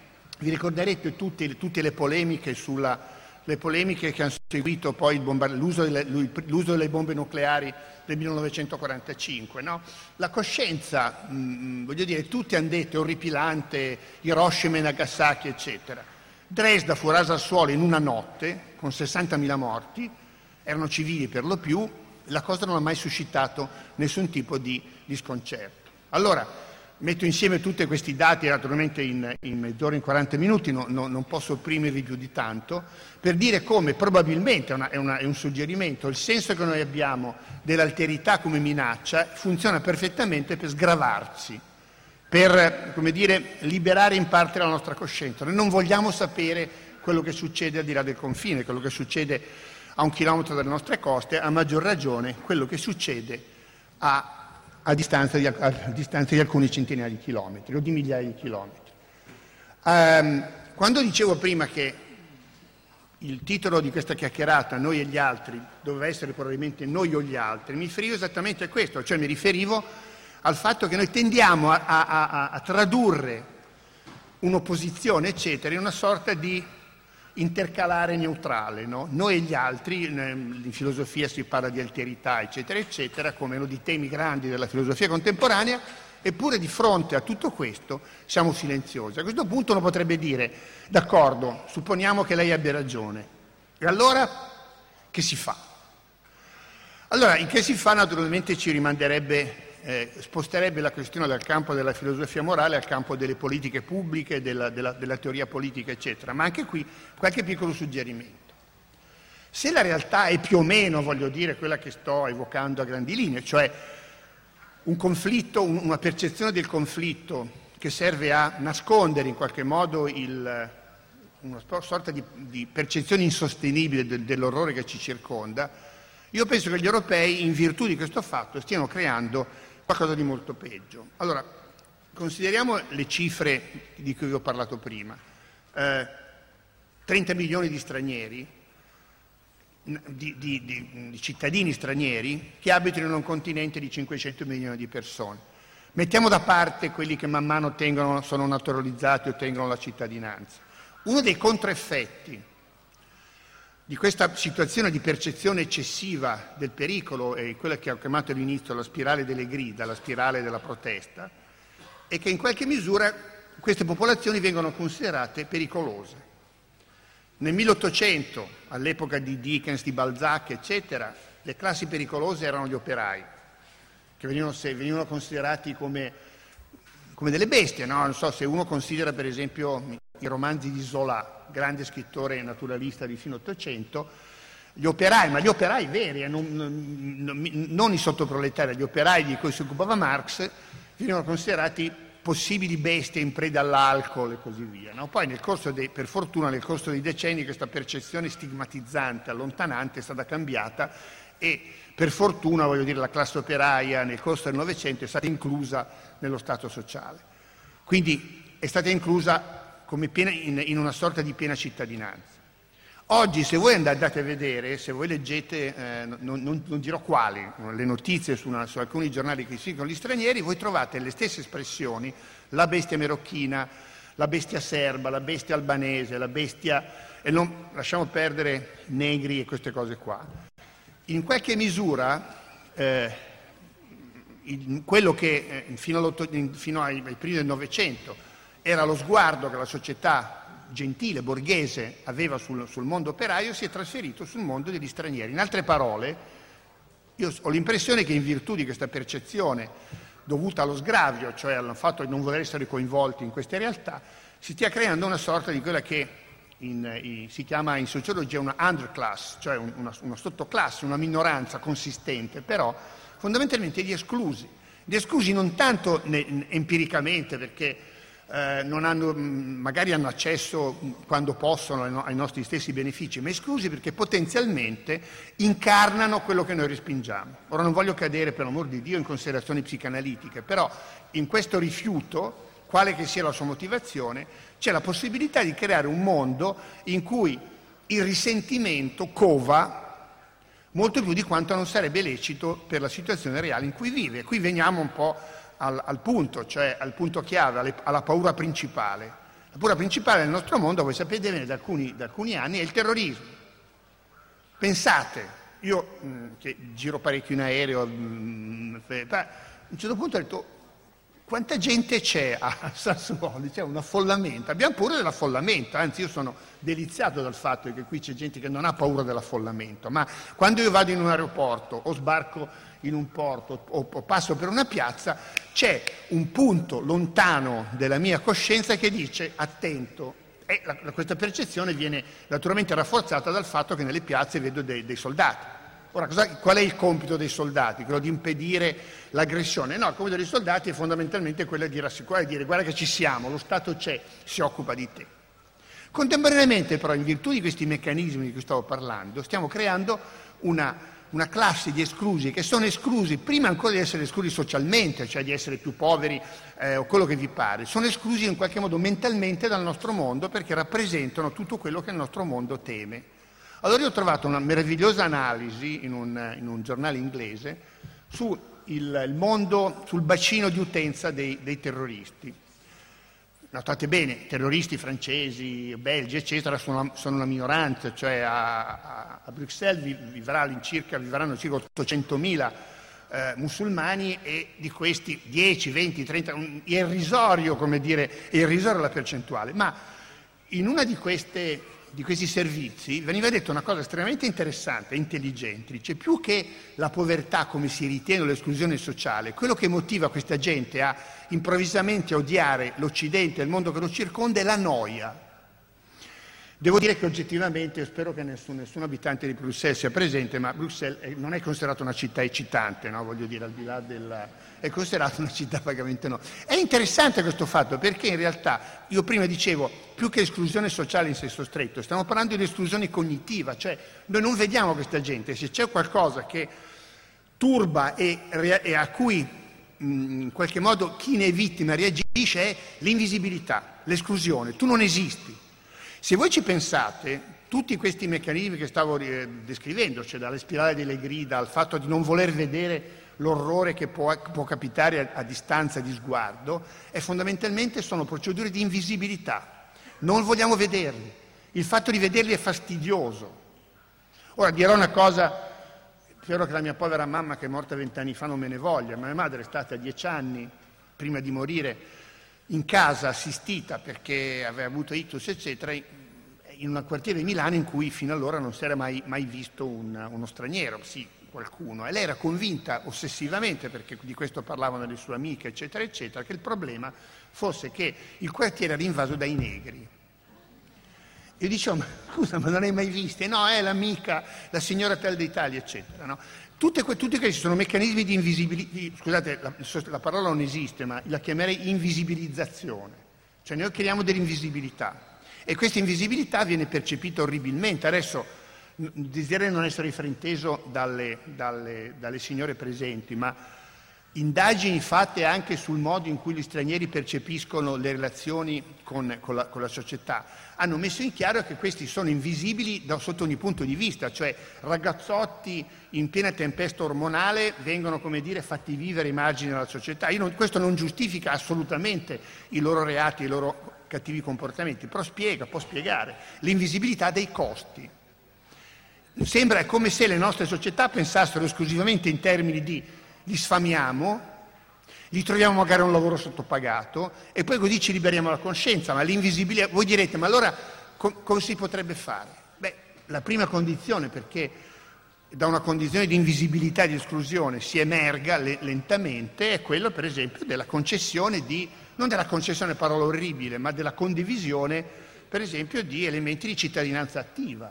vi ricorderete tutte, tutte le polemiche sulla... le polemiche che hanno seguito poi il bomba- l'uso, delle, l'uso delle bombe nucleari del millenovecentoquarantacinque, no? La coscienza, mh, voglio dire, tutti hanno detto è orripilante, Hiroshima e Nagasaki, eccetera. Dresda fu rasa al suolo in una notte, con sessantamila morti, erano civili per lo più, la cosa non ha mai suscitato nessun tipo di, di sconcerto. Allora, metto insieme tutti questi dati, naturalmente in, in mezz'ora, in quaranta minuti, no, no, non posso opprimervi più di tanto, per dire come probabilmente, è, una, è, una, è un suggerimento, il senso che noi abbiamo dell'alterità come minaccia funziona perfettamente per sgravarsi, per, come dire, liberare in parte la nostra coscienza. Noi non vogliamo sapere quello che succede al di là del confine, quello che succede a un chilometro dalle nostre coste, a maggior ragione quello che succede a A distanza, di, a distanza di alcuni centinaia di chilometri o di migliaia di chilometri. Um, quando dicevo prima che il titolo di questa chiacchierata, Noi e gli altri, doveva essere probabilmente Noi o gli altri, mi riferivo esattamente a questo, cioè mi riferivo al fatto che noi tendiamo a, a, a, a tradurre un'opposizione, eccetera, in una sorta di intercalare neutrale, no? Noi e gli altri, in filosofia si parla di alterità, eccetera, eccetera, come uno dei temi grandi della filosofia contemporanea, eppure di fronte a tutto questo siamo silenziosi. A questo punto uno potrebbe dire, d'accordo, supponiamo che lei abbia ragione, e allora che si fa? Allora, in che si fa naturalmente ci rimanderebbe, eh, sposterebbe la questione dal campo della filosofia morale al campo delle politiche pubbliche, della, della, della teoria politica, eccetera, ma anche qui qualche piccolo suggerimento. Se la realtà è più o meno, voglio dire, quella che sto evocando a grandi linee, cioè un conflitto, un, una percezione del conflitto che serve a nascondere in qualche modo il, una sorta di, di percezione insostenibile del, dell'orrore che ci circonda, io penso che gli europei, in virtù di questo fatto, stiano creando qualcosa di molto peggio. Allora, consideriamo le cifre di cui vi ho parlato prima. Eh, trenta milioni di stranieri, di, di, di, di cittadini stranieri che abitano in un continente di cinquecento milioni di persone. Mettiamo da parte quelli che man mano ottengono, sono naturalizzati e ottengono la cittadinanza. Uno dei controeffetti di questa situazione di percezione eccessiva del pericolo, e quella che ho chiamato all'inizio la spirale delle grida, la spirale della protesta, è che in qualche misura queste popolazioni vengono considerate pericolose. Nel milleottocento, all'epoca di Dickens, di Balzac, eccetera, le classi pericolose erano gli operai, che venivano, venivano considerati come come delle bestie, no? Non so se uno considera per esempio i romanzi di Zola, grande scrittore naturalista di fine Ottocento, gli operai, ma gli operai veri, eh, non, non, non i sottoproletari, gli operai di cui si occupava Marx, venivano considerati possibili bestie in preda all'alcol e così via. No? Poi nel corso dei, per fortuna nel corso dei decenni questa percezione stigmatizzante, allontanante è stata cambiata e per fortuna, voglio dire, la classe operaia nel corso del Novecento è stata inclusa nello Stato sociale. Quindi è stata inclusa come piena, in, in una sorta di piena cittadinanza. Oggi, se voi andate a vedere, se voi leggete, eh, non, non, non dirò quali, le notizie su, una, su alcuni giornali che seguono gli stranieri, voi trovate le stesse espressioni, la bestia marocchina, la bestia serba, la bestia albanese, la bestia... e non lasciamo perdere negri e queste cose qua. In qualche misura, eh, in quello che eh, fino, fino ai, ai primi del Novecento era lo sguardo che la società gentile, borghese, aveva sul, sul mondo operaio, si è trasferito sul mondo degli stranieri. In altre parole, io ho l'impressione che in virtù di questa percezione dovuta allo sgravio, cioè al fatto di non voler essere coinvolti in queste realtà, si stia creando una sorta di quella che in, in, si chiama in sociologia una underclass, cioè un, una, una sottoclasse, una minoranza consistente, però fondamentalmente di esclusi. Di esclusi non tanto ne, empiricamente, perché Eh, non hanno, magari hanno accesso quando possono ai, no, ai nostri stessi benefici, ma esclusi perché potenzialmente incarnano quello che noi respingiamo. Ora non voglio cadere, per l'amor di Dio, in considerazioni psicanalitiche, però in questo rifiuto, quale che sia la sua motivazione, c'è la possibilità di creare un mondo in cui il risentimento cova molto più di quanto non sarebbe lecito per la situazione reale in cui vive. Qui veniamo un po' Al, al punto, cioè al punto chiave, alle, alla paura principale. La paura principale del nostro mondo, voi sapete, viene da alcuni, da alcuni anni, è il terrorismo. Pensate, io mh, che giro parecchio in aereo, mh, a un certo punto ho detto, quanta gente c'è a Sassuolo? C'è un affollamento, abbiamo paura dell'affollamento, anzi io sono deliziato dal fatto che qui c'è gente che non ha paura dell'affollamento, ma quando io vado in un aeroporto o sbarco in un porto o, o passo per una piazza, c'è un punto lontano della mia coscienza che dice attento, e la, questa percezione viene naturalmente rafforzata dal fatto che nelle piazze vedo dei, dei soldati. Ora, cosa, qual è il compito dei soldati? Quello di impedire l'aggressione? No, il compito dei soldati è fondamentalmente quello di rassicurare e dire guarda che ci siamo, lo Stato c'è, si occupa di te. Contemporaneamente però, in virtù di questi meccanismi di cui stavo parlando, stiamo creando una una classe di esclusi che sono esclusi prima ancora di essere esclusi socialmente, cioè di essere più poveri eh, o quello che vi pare, sono esclusi in qualche modo mentalmente dal nostro mondo perché rappresentano tutto quello che il nostro mondo teme. Allora io ho trovato una meravigliosa analisi in un, in un giornale inglese sul il mondo, sul bacino di utenza dei, dei terroristi. Notate bene, terroristi francesi, belgi, eccetera, sono, sono una minoranza, cioè a, a, a Bruxelles vivrà all'incirca, vivranno circa ottocentomila eh, musulmani e di questi dieci, venti, trenta, un, è irrisorio, come dire, è irrisoria la percentuale, ma in una di queste di questi servizi veniva detto una cosa estremamente interessante e intelligente, dice più che la povertà come si ritiene l'esclusione sociale, quello che motiva questa gente a improvvisamente odiare l'Occidente e il mondo che lo circonda è la noia. Devo dire che oggettivamente, spero che nessun, nessun abitante di Bruxelles sia presente, ma Bruxelles è, non è considerata una città eccitante, no? Voglio dire, al di là della... è considerata una città vagamente no. È interessante questo fatto perché in realtà, io prima dicevo, più che esclusione sociale in senso stretto, stiamo parlando di esclusione cognitiva, cioè noi non vediamo questa gente, se c'è qualcosa che turba e, e a cui mh, in qualche modo chi ne è vittima reagisce è l'invisibilità, l'esclusione, tu non esisti. Se voi ci pensate, tutti questi meccanismi che stavo eh, descrivendo, cioè dalle spirali delle grida al fatto di non voler vedere l'orrore che può, può capitare a, a distanza di sguardo, è fondamentalmente sono procedure di invisibilità. Non vogliamo vederli. Il fatto di vederli è fastidioso. Ora dirò una cosa, spero che la mia povera mamma che è morta vent'anni fa non me ne voglia, ma mia madre è stata dieci anni prima di morire in casa assistita perché aveva avuto ictus eccetera, in un quartiere di Milano in cui fino allora non si era mai, mai visto un, uno straniero, sì, qualcuno, e lei era convinta ossessivamente, perché di questo parlavano le sue amiche, eccetera, eccetera, che il problema fosse che il quartiere era invaso dai negri. Io dicevo, ma scusa, ma non hai mai viste? No, è l'amica, la signora Tel d'Italia, eccetera, no? Tutte que, tutti questi sono meccanismi di invisibilizzazione, scusate, la, la parola non esiste, ma la chiamerei invisibilizzazione, cioè noi creiamo dell'invisibilità e questa invisibilità viene percepita orribilmente. Adesso desidererei non essere frainteso dalle, dalle, dalle signore presenti, ma indagini fatte anche sul modo in cui gli stranieri percepiscono le relazioni con, con, la, con la società hanno messo in chiaro che questi sono invisibili da, sotto ogni punto di vista, cioè ragazzotti in piena tempesta ormonale vengono, come dire, fatti vivere ai margini della società. Io non, questo non giustifica assolutamente i loro reati, i loro cattivi comportamenti, però spiega, può spiegare l'invisibilità dei costi. Sembra come se le nostre società pensassero esclusivamente in termini di li sfamiamo, li troviamo magari un lavoro sottopagato e poi così ci liberiamo la coscienza, ma l'invisibilità, voi direte, ma allora com- come si potrebbe fare? Beh, la prima condizione perché da una condizione di invisibilità e di esclusione si emerga le- lentamente è quello, per esempio, della concessione di, non della concessione parola orribile, ma della condivisione, per esempio, di elementi di cittadinanza attiva.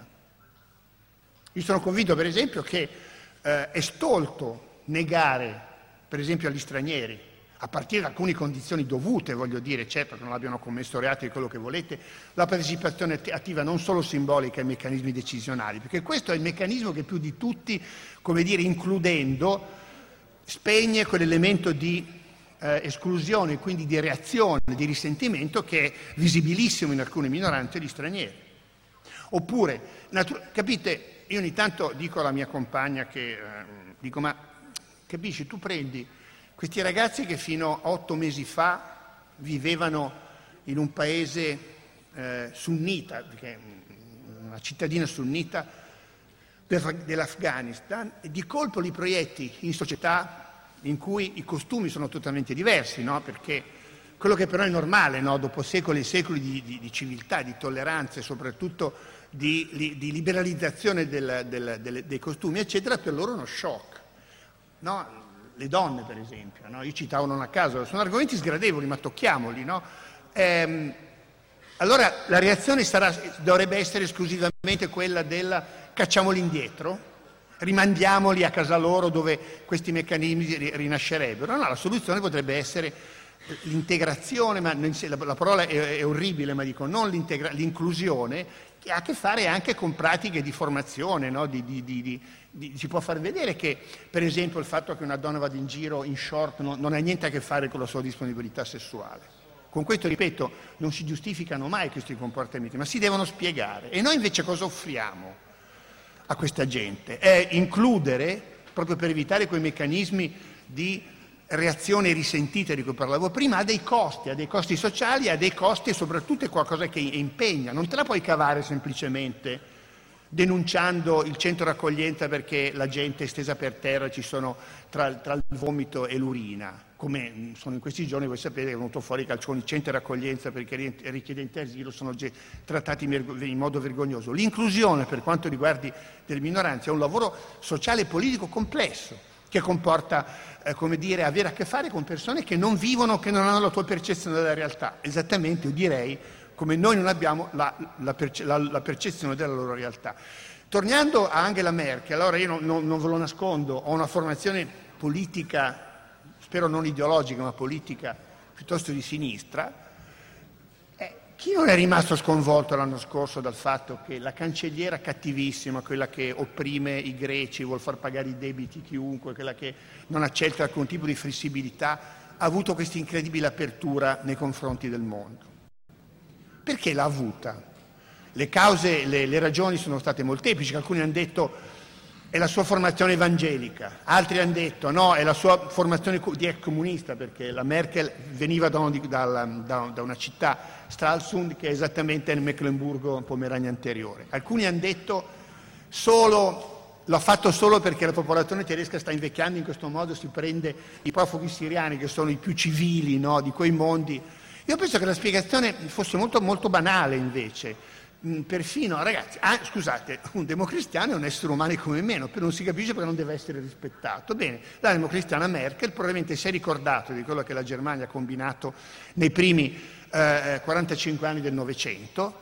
Io sono convinto, per esempio, che eh, è stolto negare, per esempio, agli stranieri, a partire da alcune condizioni dovute, voglio dire, certo che non abbiano commesso reati di quello che volete, la partecipazione attiva non solo simbolica ai meccanismi decisionali, perché questo è il meccanismo che più di tutti, come dire, includendo, spegne quell'elemento di eh, esclusione, quindi di reazione, di risentimento che è visibilissimo in alcune minoranze di stranieri. Oppure, natu- capite, io ogni tanto dico alla mia compagna che, eh, dico, ma capisci, tu prendi questi ragazzi che fino a otto mesi fa vivevano in un paese eh, sunnita, una cittadina sunnita dell'Afghanistan, e di colpo li proietti in società in cui i costumi sono totalmente diversi, no? Perché quello che però è normale, no? Dopo secoli e secoli di, di, di civiltà, di tolleranza e soprattutto di, di liberalizzazione del, del, del, dei costumi, eccetera, per loro è uno shock. No? Le donne, per esempio, no? Io citavo non a caso, sono argomenti sgradevoli, ma tocchiamoli, no? Ehm, allora la reazione sarà, dovrebbe essere esclusivamente quella del cacciamoli indietro, rimandiamoli a casa loro dove questi meccanismi rinascerebbero. No, la soluzione potrebbe essere l'integrazione, ma la parola è, è orribile, ma dico non l'inclusione, che ha a che fare anche con pratiche di formazione, no? di, di, di, di, di, si può far vedere che, per esempio, il fatto che una donna vada in giro in short non, non ha niente a che fare con la sua disponibilità sessuale. Con questo, ripeto, non si giustificano mai questi comportamenti, ma si devono spiegare. E noi invece cosa offriamo a questa gente? È includere, proprio per evitare quei meccanismi di reazione risentita di cui parlavo prima, ha dei costi, ha dei costi sociali, ha dei costi e soprattutto è qualcosa che impegna. Non te la puoi cavare semplicemente denunciando il centro raccoglienza perché la gente è stesa per terra, ci sono tra, tra il vomito e l'urina, come sono in questi giorni, voi sapete che è venuto fuori che alcuni centri raccoglienza per i richiedenti asilo sono trattati in modo vergognoso. L'inclusione, per quanto riguarda le minoranze, è un lavoro sociale e politico complesso, che comporta, eh, come dire, avere a che fare con persone che non vivono, che non hanno la tua percezione della realtà. Esattamente, io direi, come noi non abbiamo la, la, perce- la, la percezione della loro realtà. Tornando a Angela Merkel, allora io non, non, non ve lo nascondo, ho una formazione politica, spero non ideologica, ma politica piuttosto di sinistra. Chi non è rimasto sconvolto l'anno scorso dal fatto che la cancelliera cattivissima, quella che opprime i greci, vuol far pagare i debiti chiunque, quella che non accetta alcun tipo di flessibilità, ha avuto questa incredibile apertura nei confronti del mondo? Perché l'ha avuta? Le cause, le, le ragioni sono state molteplici. Alcuni hanno detto è la sua formazione evangelica, altri hanno detto no, è la sua formazione di ex comunista, perché la Merkel veniva da, un, da, da, da una città, Stralsund, che è esattamente nel Meclemburgo Pomerania anteriore. Alcuni hanno detto solo, l'ha fatto solo perché la popolazione tedesca sta invecchiando, in questo modo si prende i profughi siriani, che sono i più civili, no, di quei mondi. Io penso che la spiegazione fosse molto, molto banale invece. perfino, ragazzi, ah, scusate, un democristiano è un essere umano come me, però non si capisce perché non deve essere rispettato. Bene, la democristiana Merkel probabilmente si è ricordato di quello che la Germania ha combinato nei primi eh, quarantacinque anni del Novecento,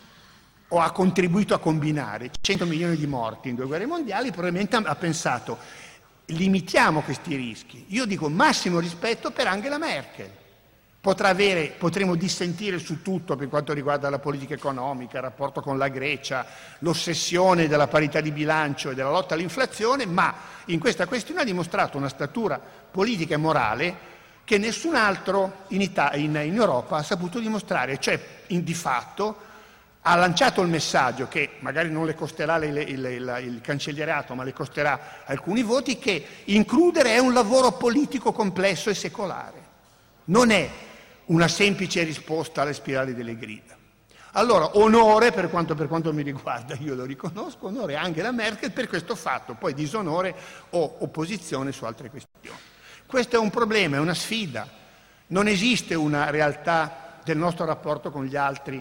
o ha contribuito a combinare cento milioni di morti in due guerre mondiali, probabilmente ha pensato limitiamo questi rischi. Io dico massimo rispetto per Angela Merkel. Potrà avere, potremo dissentire su tutto per quanto riguarda la politica economica, il rapporto con la Grecia, l'ossessione della parità di bilancio e della lotta all'inflazione, ma in questa questione ha dimostrato una statura politica e morale che nessun altro in, Italia, in, in Europa ha saputo dimostrare, cioè in, di fatto ha lanciato il messaggio che magari non le costerà le, il, il, il cancellierato, ma le costerà alcuni voti, che includere è un lavoro politico complesso e secolare, non è una semplice risposta alle spirali delle grida. Allora, onore, per quanto, per quanto mi riguarda, io lo riconosco, onore a Angela Merkel per questo fatto, poi disonore o opposizione su altre questioni. Questo è un problema, è una sfida. Non esiste una realtà del nostro rapporto con gli altri,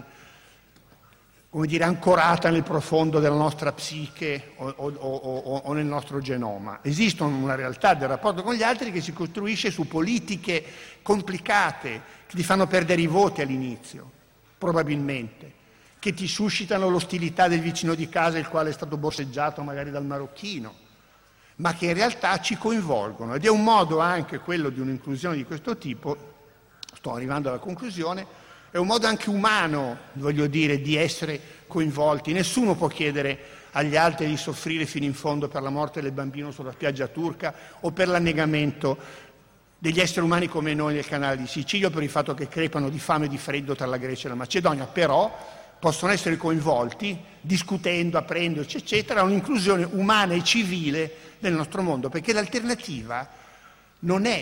come dire, ancorata nel profondo della nostra psiche o, o, o, o nel nostro genoma. Esiste una realtà del rapporto con gli altri che si costruisce su politiche complicate, che ti fanno perdere i voti all'inizio, probabilmente, che ti suscitano l'ostilità del vicino di casa, il quale è stato borseggiato magari dal marocchino, ma che in realtà ci coinvolgono. Ed è un modo anche quello di un'inclusione di questo tipo, sto arrivando alla conclusione, è un modo anche umano, voglio dire, di essere coinvolti. Nessuno può chiedere agli altri di soffrire fino in fondo per la morte del bambino sulla spiaggia turca o per l'annegamento degli esseri umani come noi nel canale di Sicilia, per il fatto che crepano di fame e di freddo tra la Grecia e la Macedonia, però possono essere coinvolti discutendo, aprendoci, eccetera, a un'inclusione umana e civile nel nostro mondo, perché l'alternativa non è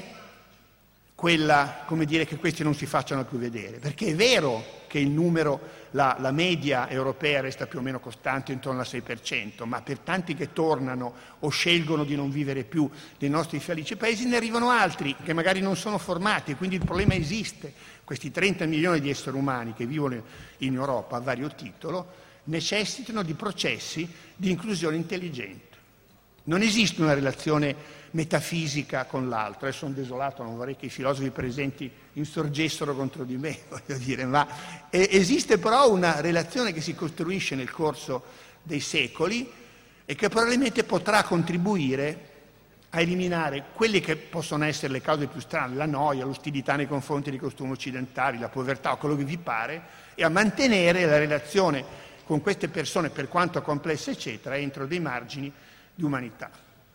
quella, come dire, che questi non si facciano più vedere, perché è vero che il numero, la, la media europea resta più o meno costante intorno al sei per cento, ma per tanti che tornano o scelgono di non vivere più nei nostri felici paesi ne arrivano altri che magari non sono formati, quindi il problema esiste. Questi trenta milioni di esseri umani che vivono in Europa a vario titolo necessitano di processi di inclusione intelligente. Non esiste una relazione metafisica con l'altro, e sono desolato, non vorrei che i filosofi presenti insorgessero contro di me, voglio dire, ma esiste però una relazione che si costruisce nel corso dei secoli e che probabilmente potrà contribuire a eliminare quelle che possono essere le cause più strane, la noia, l'ostilità nei confronti dei costumi occidentali, la povertà o quello che vi pare, e a mantenere la relazione con queste persone, per quanto complesse eccetera, entro dei margini di umanità.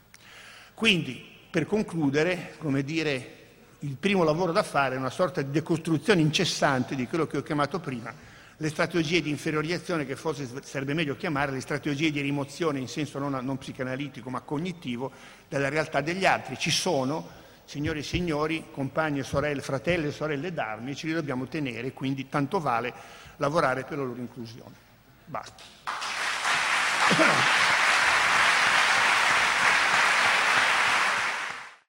Quindi, per concludere, come dire, il primo lavoro da fare è una sorta di decostruzione incessante di quello che ho chiamato prima le strategie di inferiorizzazione, che forse sarebbe meglio chiamare le strategie di rimozione in senso non, non psicanalitico ma cognitivo della realtà degli altri. Ci sono, signori e signori, compagni e sorelle, fratelli e sorelle d'armi, e ce li dobbiamo tenere, quindi tanto vale lavorare per la loro inclusione. Basta.